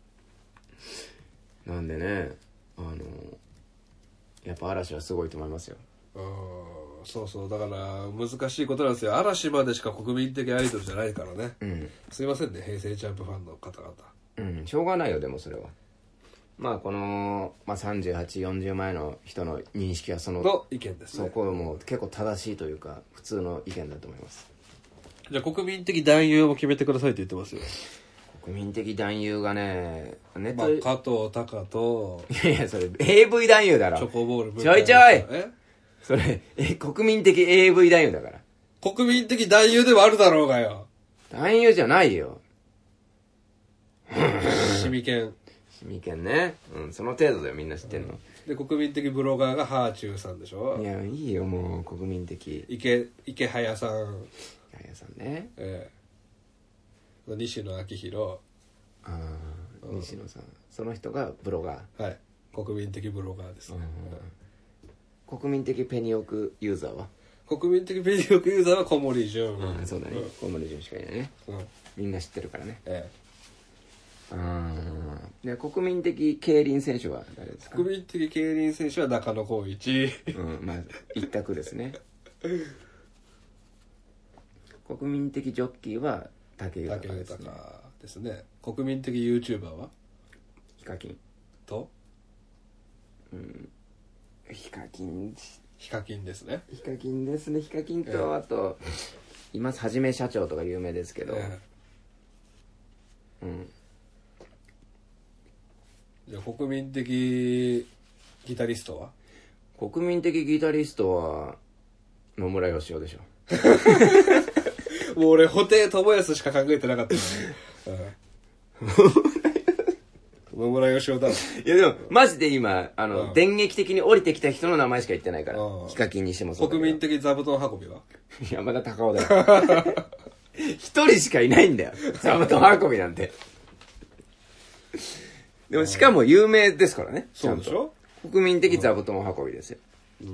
なんでね、やっぱ嵐はすごいと思いますよ。 そうそう、だから難しいことなんですよ。嵐までしか国民的アイドルじゃないからね。すいませんね、平成ジャンプファンの方々。 しょうがないよ、でもそれは。まあこの、38、40前の人の認識はの意見ですね。 そこも結構正しいというか、普通の意見だと思います。 じゃあ国民的男優も決めてくださいって言ってますよ。 国民的男優がね、 加藤隆と、 いや、それ AV 男優だろ。 チョコボールちょいそれ、国民的 AV 男優だから。 国民的男優でもあるだろうがよ。 男優じゃないよ。 シミケン。 シミケンね。その程度だよ、みんな知ってんの。 で、国民的ブロガーがハーチューさんでしょ。 いや、いいよ、もう、国民的。 池早さん。 池早さんね。 西野昭弘。 西野さん。その人がブロガー。はい。国民的ブロガーですね。 国民的ペニオクユーザーは？ 国民的ペニオクユーザーは小森純。 そうだね。小森純しかいないね。みんな知ってるからね。で、国民的競輪選手は誰ですか？ 国民的競輪選手は中野浩一。 まあ、一択ですね。国民的ジョッキーは武豊ですね。 ですね。国民的 YouTuber は？ ヒカキン。 と？ ヒカキンですね。 ヒカキンですね。ヒカキンと、あと、います。はじめ社長とか有名ですけど。 じゃあ国民的ギタリストは？ 国民的ギタリストは野村義雄でしょ。 もう俺布袋寅泰しか考えてなかったね。 野村義雄だろ。 いやでも、マジで今、電撃的に降りてきた人の名前しか言ってないから。ヒカキンにしてもそうだけど。 国民的座布団運びは山田隆夫だよ。一人しかいないんだよ。座布団運びなんて。でもしかも有名ですからね。 そうでしょ？ 国民的座布団運びですよ。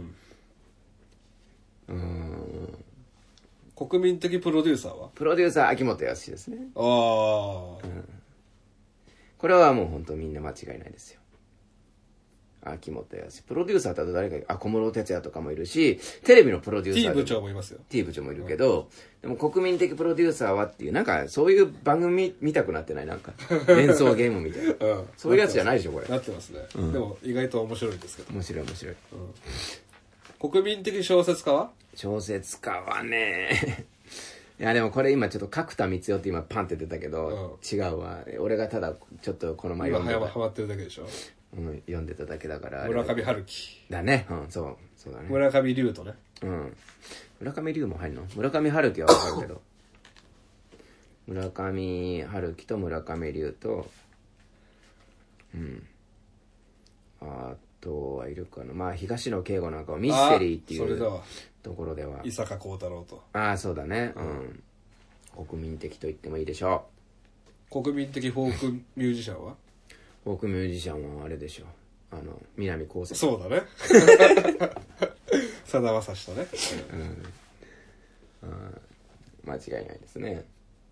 国民的プロデューサーは？ プロデューサー、秋元康ですね。 ああ、 これはもう本当みんな間違いないですよ。秋元康。プロデューサーだと誰か、小室哲哉とかもいるし、テレビのプロデューサー。 T 部長もいますよ。 T 部長もいるけど、でも国民的プロデューサーはっていう、なんかそういう番組見たくなってない？なんか、連想ゲームみたいな。そういうやつじゃないでしょ、これ。 なってますね。でも意外と面白いですけど。 面白い面白い。 国民的小説家は？ 小説家はね、いやでもこれ今ちょっと角田光代って今パンって出たけど、違うわ。俺がただちょっとこの前今ハマってるだけでしょ。 読んでただけだから。 村上春樹。 だね。そうだね。 村上龍とね。 村上龍も入るの？村上春樹はわかるけど。村上春樹と村上龍と、あとはいるかな。まあ東野圭吾なんかはミステリーっていうところでは。 伊坂幸太郎と。 そうだね。国民的と言ってもいいでしょう。国民的フォークミュージシャンは？ フォークミュージシャンはあれでしょ。南こうせつ。 そうだね。さだまさしとね。 間違いないですね。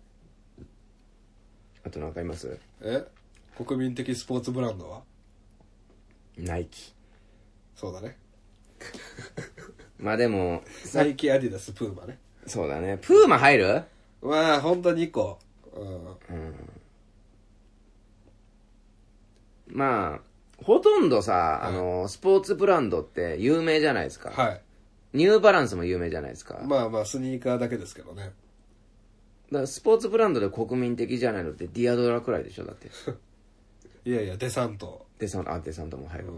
あと何かいます？ 国民的スポーツブランドは？ ナイキ。 そうだね。 まあでもナイキ、アディダス、プーマね。 そうだね。プーマ入る？ まあ本当に2個。 まあほとんどさ、スポーツブランドって有名じゃないですか。 はい。 ニューバランスも有名じゃないですか。 まあまあスニーカーだけですけどね。だからスポーツブランドで国民的じゃないのってディアドラくらいでしょ、だって。 いやいや、デサント。 デサントも入る。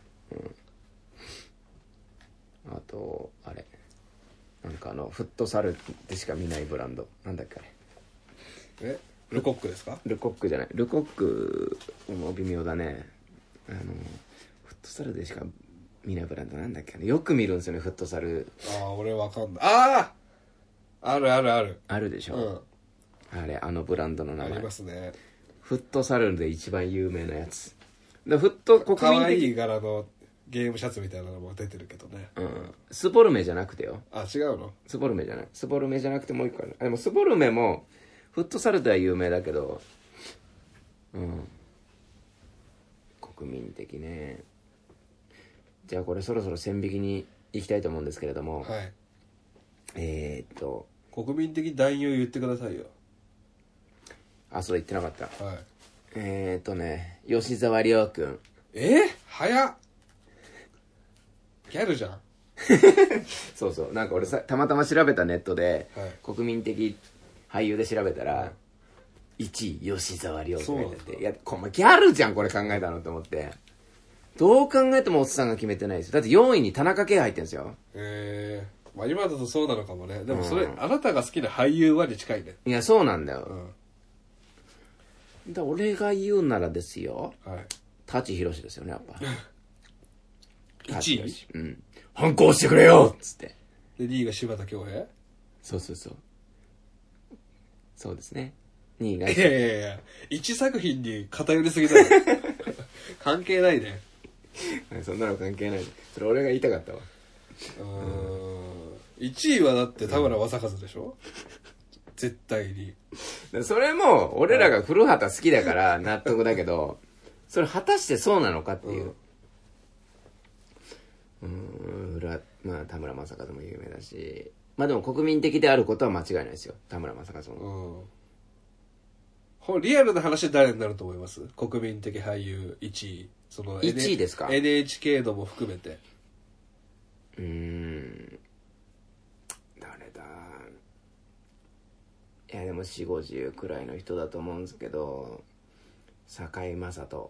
あとあれなんかフットサルでしか見ないブランドなんだっけあれ。 ルコックですか？ ルコックじゃない。ルコックも微妙だね。フットサルでしか見ないブランドなんだっけよく見るんですよね、フットサル。 俺わかんない。あるあるでしょ。あれブランドの名前ありますね。 フットサルで一番有名なやつで、国民的かわいい柄のゲームシャツみたいなのも出てるけどね。 スボルメじゃなくてよ。 違うの？ スボルメじゃない。スボルメじゃなくてもう一個ある。でもスボルメもフットサルでは有名だけど、国民的ね。じゃあこれそろそろ線引きに行きたいと思うんですけれども、 はい。 国民的男優言ってくださいよ。 そう言ってなかった。 はい。 吉沢亮君。 早っ。ギャルじゃん。 そうそう。なんか俺たまたま調べたネットで、国民的俳優で調べたら、1位吉沢亮って書いてあって、いや、これギャルじゃんこれ考えたのと思って。どう考えてもおっさんが決めてないですよ。だって4位に田中圭入ってるんですよ。 まあ今だとそうなのかもね。でもそれ、あなたが好きな俳優はに近いね。 いや、そうなんだよ。俺が言うならですよ。舘ひろしですよね、やっぱ。 1位？ 反抗してくれよっつって。 で、2位が柴田恭平？ そう。そうですね。2位が。 いや。1作品に偏りすぎだよ。関係ないね。 そんなの関係ない。それ俺が言いたかったわ。 1位はだって田村正和でしょ？絶対に。 それも俺らが古畑好きだから納得だけど、それ果たしてそうなのかっていう。まあ田村正和も有名だし、まあでも国民的であることは間違いないですよ、田村正和も。 リアルな話で誰になると思います？国民的俳優1位。 1位ですか？ NHK のも含めて。 誰だ。いやでも4、50くらいの人だと思うんですけど、堺雅人。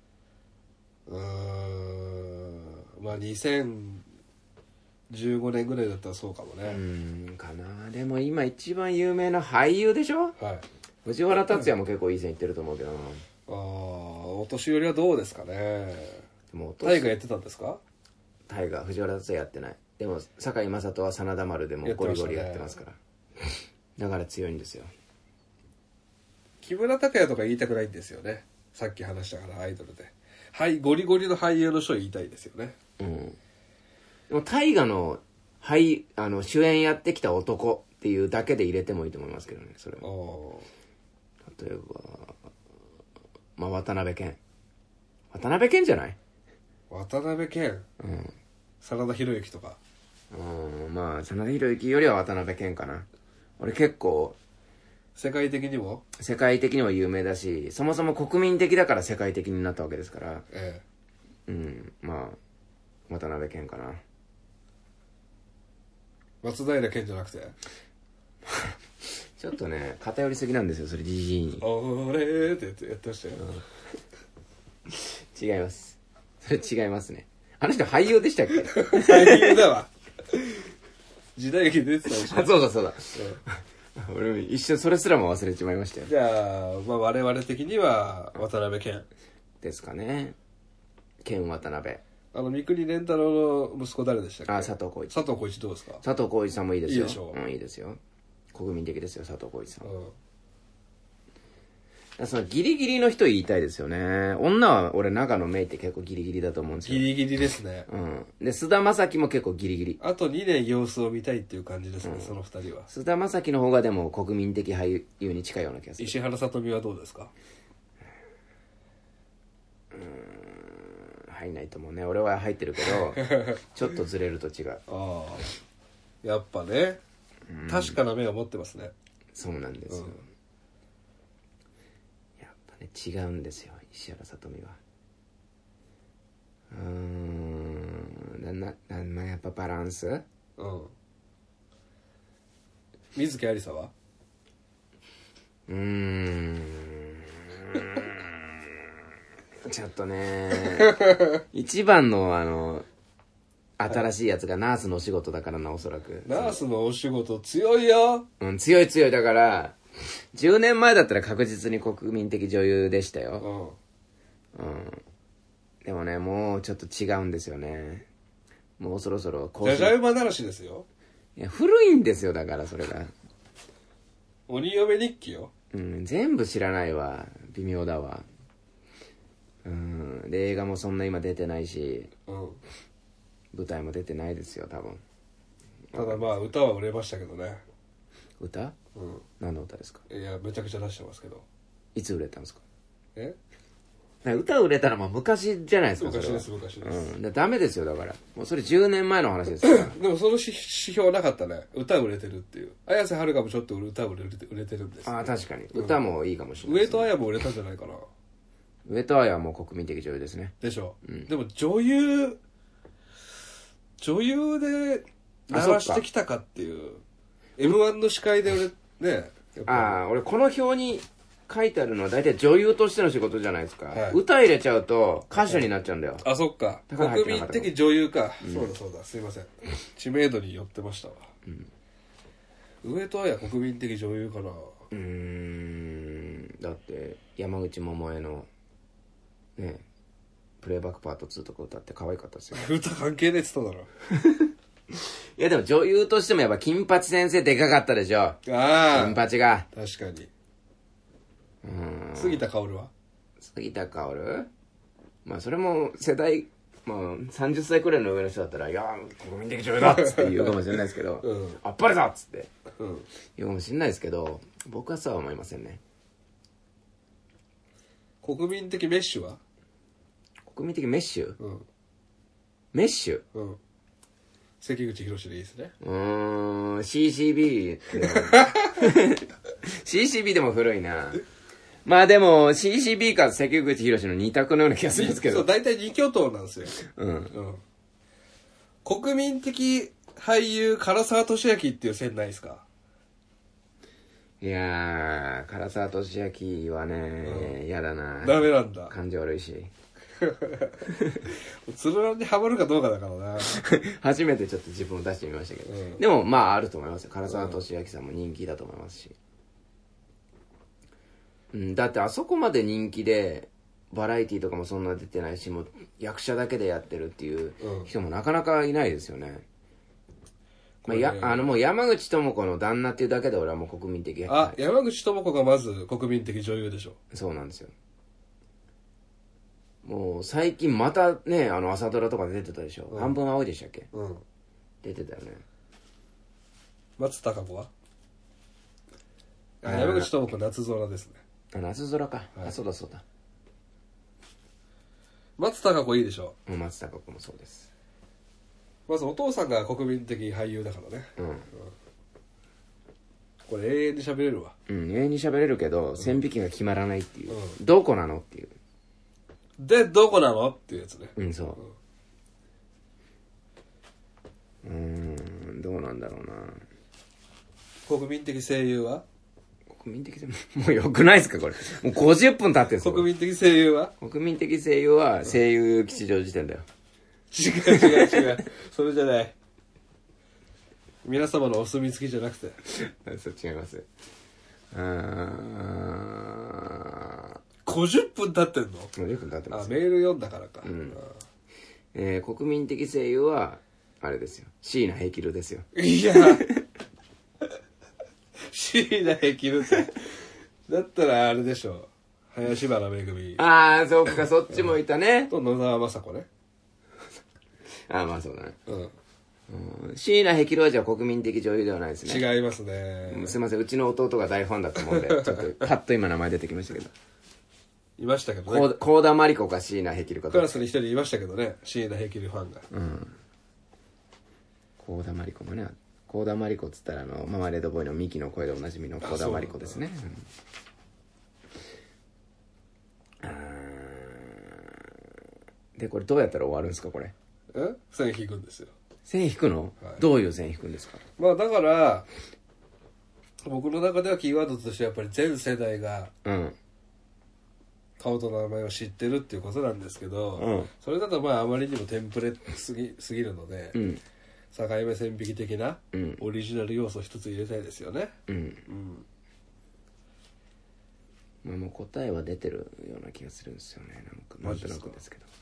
まあ2015年ぐらいだったらそうかもね。 かな。でも今一番有名な俳優でしょ？ はい。 藤原竜也も結構いい線いってると思うけどな。 お年寄りはどうですかね。タイガやってたんですか？ タイガ、藤原竜也やってない。でも堺雅人は真田丸でもゴリゴリやってますから、だから強いんですよ。 木村拓哉とか言いたくないんですよね。さっき話したからアイドルで、はい、ゴリゴリの俳優の人言いたいですよね。 うん。でも大河の主演やってきた男っていうだけで入れてもいいと思いますけどね、それは。例えば渡辺謙じゃない？ 渡辺謙、うん、真田広之とか。 まあ真田広之よりは渡辺謙かな。俺結構世界的にも有名だし、そもそも国民的だから世界的になったわけですから、うん、まあ渡辺謙かな。 松平健じゃなくてちょっとね偏りすぎなんですよ、それ。じじいに俺ってやってましたよ、 違います、それ違いますね。あの人俳優でしたっけ？ 俳優だわ時代劇出てたでしょ。 あ、そうだそうだ、俺一瞬それすらも忘れちまいましたよ。 じゃあ、まあ、我々的には渡辺謙ですかね。謙渡辺。 三國連太郎の息子誰でしたっけ？ 佐藤浩市。 佐藤浩市どうですか？ 佐藤浩市さんもいいですよ。 いいでしょう。 いいですよ。国民的ですよ、佐藤浩市さん。 うん、 そのギリギリの人言いたいですよね。女は俺長野芽郁って結構ギリギリだと思うんですよ。 ギリギリですね。 うん。で菅田将暉も結構ギリギリ。 あと2年様子を見たいっていう感じですね、その2人は。 菅田将暉の方がでも国民的俳優に近いような気がする。 石原さとみはどうですか？ 入んないと思うね。俺は入ってるけどちょっとずれると違う。 ああ、やっぱね、確かな目を持ってますね。 そうなんですよ、やっぱね違うんですよ、石原さとみは。やっぱバランス。 水木有沙はちょっとね一番の新しいやつがナースのお仕事だからな、おそらく。 ナースのお仕事強いよ。 強い。だから10年前だったら確実に国民的女優でしたよ。でもね、もうちょっと違うんですよね。もうそろそろじゃじゃ馬ならしですよ。 いや古いんですよ、だからそれが鬼嫁日記よ。 全部知らないわ、微妙だわ。で映画もそんな今出てないし、舞台も出てないですよ多分。 ただまあ歌は売れましたけどね。 歌？何の歌ですか？ いや、めちゃくちゃ出してますけど。 いつ売れたんですか？ 歌売れたらもう昔じゃないですか。 昔です。 ダメですよ、だからもうそれ10年前の話ですからでもその指標なかったね。歌売れてるっていう。綾瀬はるかもちょっと歌売れてるんです、ね。 確かに歌もいいかもしれない、 上戸彩も売れたんじゃないかな。 上戸彩はもう国民的女優ですね。 でしょ、でも女優で鳴らしてきたかっていう。M1 の司会で俺ね。 俺この表に書いてあるのは大体女優としての仕事じゃないですか、歌入れちゃうと歌手になっちゃうんだよ。 そっか、国民的女優か、そうだすいません、知名度に寄ってましたわ。上戸彩国民的女優かな。 だって山口百恵のねプレイバックパート2とか歌って可愛かったですよ。 歌関係ねえって言っただろいやでも女優としてもやっぱ金八先生でかかったでしょ。金八が確かに。杉田薫は？ 杉田薫？まあそれも世代、まあ30歳くらいの上の人だったら、いや国民的女優だっつって言うかもしれないですけど、あっぱれだっつって言うかもしれないですけど、僕はそうは思いませんね。 国民的メッシュは？ 国民的メッシュ？メッシュ？ 関口宏でいいですね。 CCB CCB でも古いな。まあでも CCB か関口宏の二択のような気がするんですけど。 そう、大体二巨頭なんですよ。国民的俳優唐沢寿明っていう線ないですか？ いやー、唐沢寿明はね、嫌だな。 ダメなんだ。 感じ悪いし。 つるらにハマるかどうかだからな。 初めてちょっと自分を出してみましたけど、でもまああると思いますよ。唐沢寿明さんも人気だと思いますし、 うん、だってあそこまで人気でバラエティとかもそんな出てないし、もう役者だけでやってるっていう人もなかなかいないですよね。まあ、もう山口智子の旦那っていうだけで俺はもう国民的。 山口智子がまず国民的女優でしょ。 そうなんですよ。もう最近またね、朝ドラとかで出てたでしょ。半分青いでしたっけ。出てたよね。 松たか子は山口智子夏空ですね。 夏空か。そうだそうだ。 松たか子いいでしょ。 松たか子もそうです。 まずお父さんが国民的俳優だからね。これ永遠に喋れるわ。 永遠に喋れるけど、線引きが決まらないっていう。どこなのっていう。 で、どこなのっていうやつね。 そう。どうなんだろうな。 国民的声優は国民的声優、もうよくないですかこれ。もう50分経ってるんですよ。 国民的声優は国民的声優は声優吉祥寺店だよ。 違う。それじゃない。皆様のお墨付きじゃなくて。 そう、違います。 50分経ってんの ？50分経ってます。 メール読んだからか。 国民的声優は、あれですよ。椎名ヘキルですよ。 いや椎名ヘキルって。だったらあれでしょ。林原めぐみ。 そうか、そっちもいたね。 と野沢雅子ね。 まあそうだね。椎名ヘキルはじゃあ国民的女優ではないですね。 違いますね。 すいません、うちの弟が大ファンだと思うんで、ちょっとパッと今名前出てきましたけど。 いましたけどね。 幸田真理子か椎名ヘキルか。 クラスに一人いましたけどね、椎名ヘキルファンが。 幸田真理子もね、幸田真理子っつったらママレードボーイのミキの声でおなじみの幸田真理子ですね。で、これどうやったら終わるんですかこれ。 線引くんですよ。 線引くの？どういう線引くんですか？ まあだから、僕の中ではキーワードとしてやっぱり全世代が、顔と名前を知ってるっていうことなんですけど、それだとまああまりにもテンプレすぎるので、境目線引き的なオリジナル要素一つ入れたいですよね。 まあもう答えは出てるような気がするんですよね。なんとなくですけど。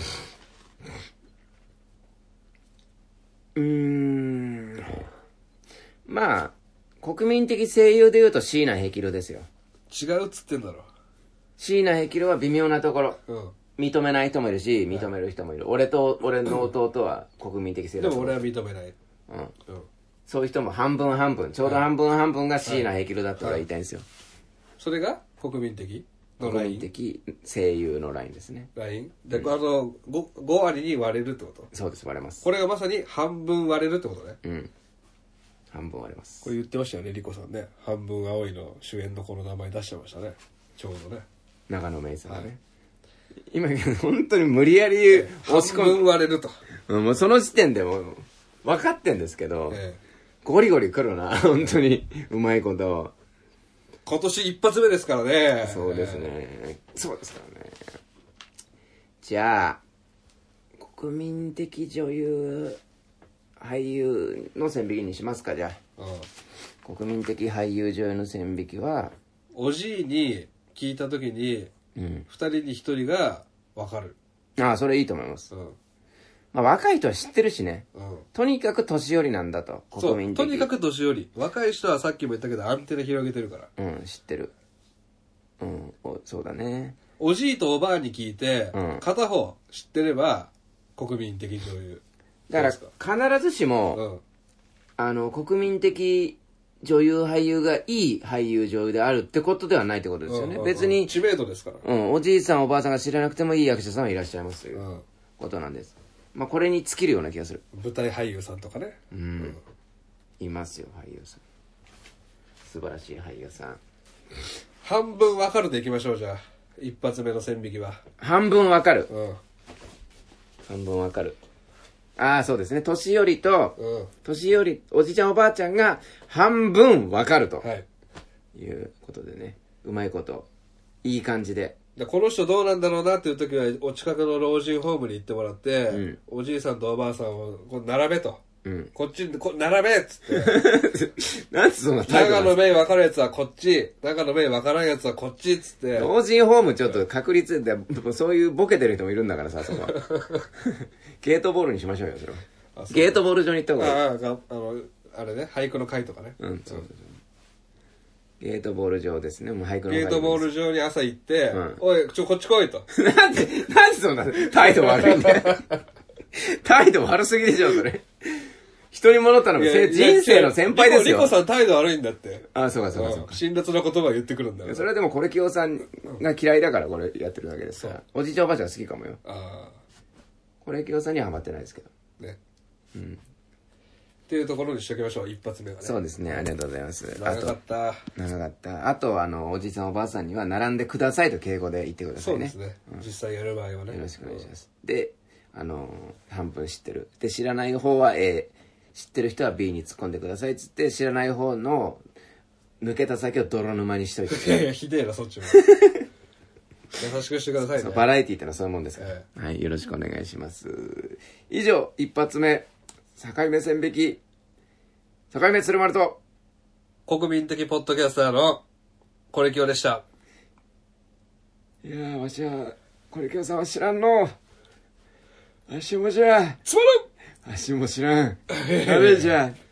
まあ国民的声優でいうと椎名ヘキルですよ。 違うっつってんだろ。 椎名ヘキルは微妙なところ、認めない人もいるし認める人もいる。俺の弟は国民的声優でも俺は認めない。 そういう人も半分半分、ちょうど半分半分が椎名ヘキルだとか言いたいんですよ。 それが国民的のライン。 国民的声優のラインですね。 ラインで、5割に割れるってこと？ そうです、割れます。 これがまさに半分割れるってことね。 半分割れます。 これ言ってましたよね、リコさんね。半分青いの主演の子の名前出してましたね。ちょうどね。 長野芽郁さんがね。今本当に無理やり押し込む。半分割れると。 もうその時点でもう分かってんですけど、ゴリゴリ来るな、本当にうまいこと。 今年一発目ですからね。 そうですね。そうですからね。じゃあ、国民的女優、俳優の線引きにしますか、じゃあ。国民的俳優女優の線引きは、 おじいに聞いたときに、2人に1人が分かる。 それいいと思います。まあ若い人は知ってるしね。とにかく年寄りなんだと、国民的。 そう、とにかく年寄り。若い人はさっきも言ったけどアンテナ広げてるから。 知ってる。そうだね。 おじいとおばあに聞いて、片方知ってれば国民的女優。 だから必ずしも、国民的女優俳優がいい俳優女優であるってことではないってことですよね。別に知名度ですから。 おじいさんおばあさんが知らなくてもいい役者さんはいらっしゃいますということなんです。まあこれに尽きるような気がする。 舞台俳優さんとかね。 いますよ、俳優さん。素晴らしい俳優さん。 半分分かるでいきましょう、じゃあ。一発目の線引きは。 半分分かる。半分分かる。そうですね。年寄りと、年寄り、おじちゃんおばあちゃんが半分分かると。いうことでね。うまいこと。いい感じで。 この人どうなんだろうなっていう時は、お近くの老人ホームに行ってもらって、おじいさんとおばあさんをこう並べと。 こっち並べっつってなんでそんな態度中の面分かるやつはこっち、中の面分からんやつはこっちっつって。 老人ホームちょっと確率で、そういうボケてる人もいるんだからさ、そこは。ゲートボールにしましょうよ、それは。ゲートボール場に行った方がいい。 あれね、俳句の会とかね。 そう。ゲートボール場ですね、もう俳句の会。 ゲートボール場に朝行って、おい、こっち来いと。 なんでそんな態度悪いんだよ。態度悪すぎでしょ、それ。人に戻ったのが人生の先輩ですよ。 リコさん態度悪いんだって。 あ、そうか。 辛辣な言葉を言ってくるんだよ。 それはでもコレキオさんが嫌いだからこれやってるだけですから。おじいちゃんおばあちゃん好きかもよ。コレキオさんにはハマってないですけど。ね。 っていうところにしときましょう、一発目がね。 そうですね、ありがとうございます。 長かった。 あと、おじいさんおばあさんには並んでくださいと敬語で言ってくださいね。 そうですね。実際やる場合はね。 よろしくお願いします。で、半分知ってる。で、知らない方は A、知ってる人は B に突っ込んでくださいっつって、知らない方の抜けた先を泥沼にしといて。 いや、ひでえな、そっちも。優しくしてくださいね。 バラエティーってのはそういうもんですから。はい、よろしくお願いします。以上、一発目、境目線引き、境目鶴丸と、 国民的ポッドキャスターのコレキオでした。 いやー、わしは、コレキオさんは知らんの。わしもじゃ。 つまらん。 わしも知らん。ダメじゃ。